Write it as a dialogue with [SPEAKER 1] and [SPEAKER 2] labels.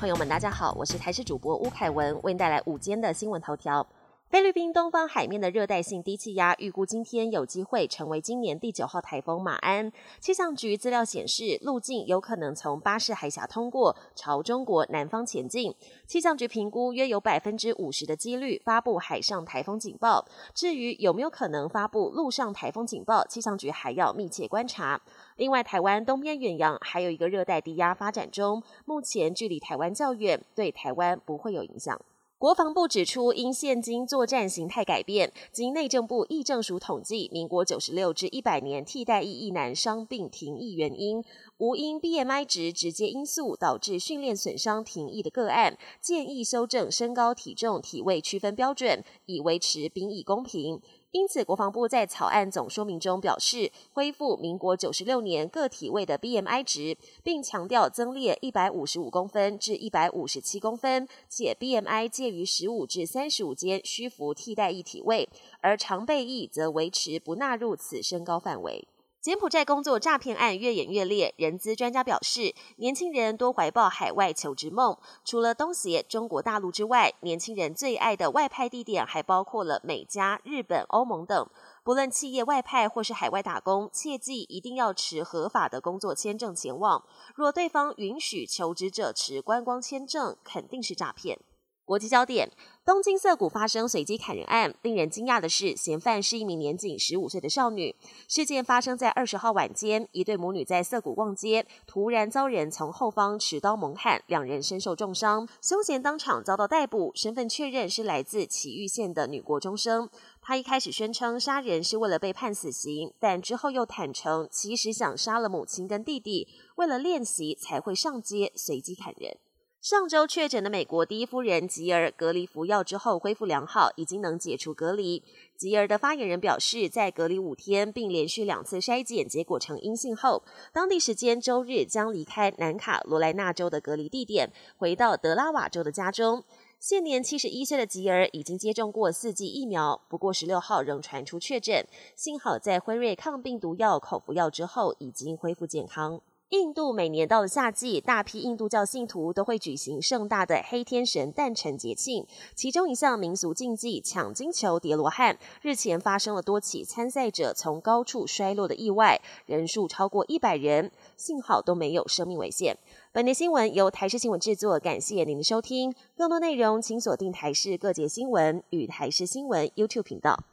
[SPEAKER 1] 朋友们，大家好，我是台视主播吴凯文，为您带来午间的新闻头条。菲律宾东方海面的热带性低气压预估今天有机会成为今年第9号台风马鞍。气象局资料显示，路径有可能从巴士海峡通过，朝中国南方前进。气象局评估约有50%的几率发布海上台风警报。至于有没有可能发布陆上台风警报，气象局还要密切观察。另外，台湾东边远洋还有一个热带低压发展中，目前距离台湾较远，对台湾不会有影响。国防部指出，因现今作战形态改变，经内政部役政署统计，民国96至100年替代役役男伤病停役原因，无因 BMI 值直接因素导致训练损伤停役的个案，建议修正身高、体重、体位区分标准，以维持兵役公平。因此，国防部在草案总说明中表示，恢复民国96年各体位的 BMI 值，并强调增列155公分至157公分，且 BMI 介于15至35间需服替代役体位，而常备役则维持不纳入此身高范围。柬埔寨工作诈骗案越演越烈，人资专家表示，年轻人多怀抱海外求职梦。除了东协、中国大陆之外，年轻人最爱的外派地点还包括了美加、日本、欧盟等。不论企业外派或是海外打工，切记一定要持合法的工作签证前往。若对方允许求职者持观光签证，肯定是诈骗。国际焦点：东京涩谷发生随机砍人案，令人惊讶的是，嫌犯是一名年仅15岁的少女。事件发生在20号晚间，一对母女在涩谷逛街，突然遭人从后方持刀猛砍，两人身受重伤。凶嫌当场遭到逮捕，身份确认是来自埼玉县的女国中生。她一开始宣称杀人是为了被判死刑，但之后又坦诚其实想杀了母亲跟弟弟，为了练习才会上街随机砍人。上周确诊的美国第一夫人吉尔隔离服药之后恢复良好，已经能解除隔离。吉尔的发言人表示，在隔离5天并连续2次筛检结果呈阴性后，当地时间周日将离开南卡罗来纳州的隔离地点，回到德拉瓦州的家中。现年71岁的吉尔已经接种过4剂疫苗，不过16号仍传出确诊，幸好在辉瑞抗病毒药口服药之后已经恢复健康。印度每年到了夏季，大批印度教信徒都会举行盛大的黑天神诞辰节庆，其中一项民俗竞技抢金球叠罗汉，日前发生了多起参赛者从高处摔落的意外，人数超过100人，幸好都没有生命危险。本节新闻由台视新闻制作，感谢您的收听。更多内容请锁定台视各节新闻与台视新闻 YouTube 频道。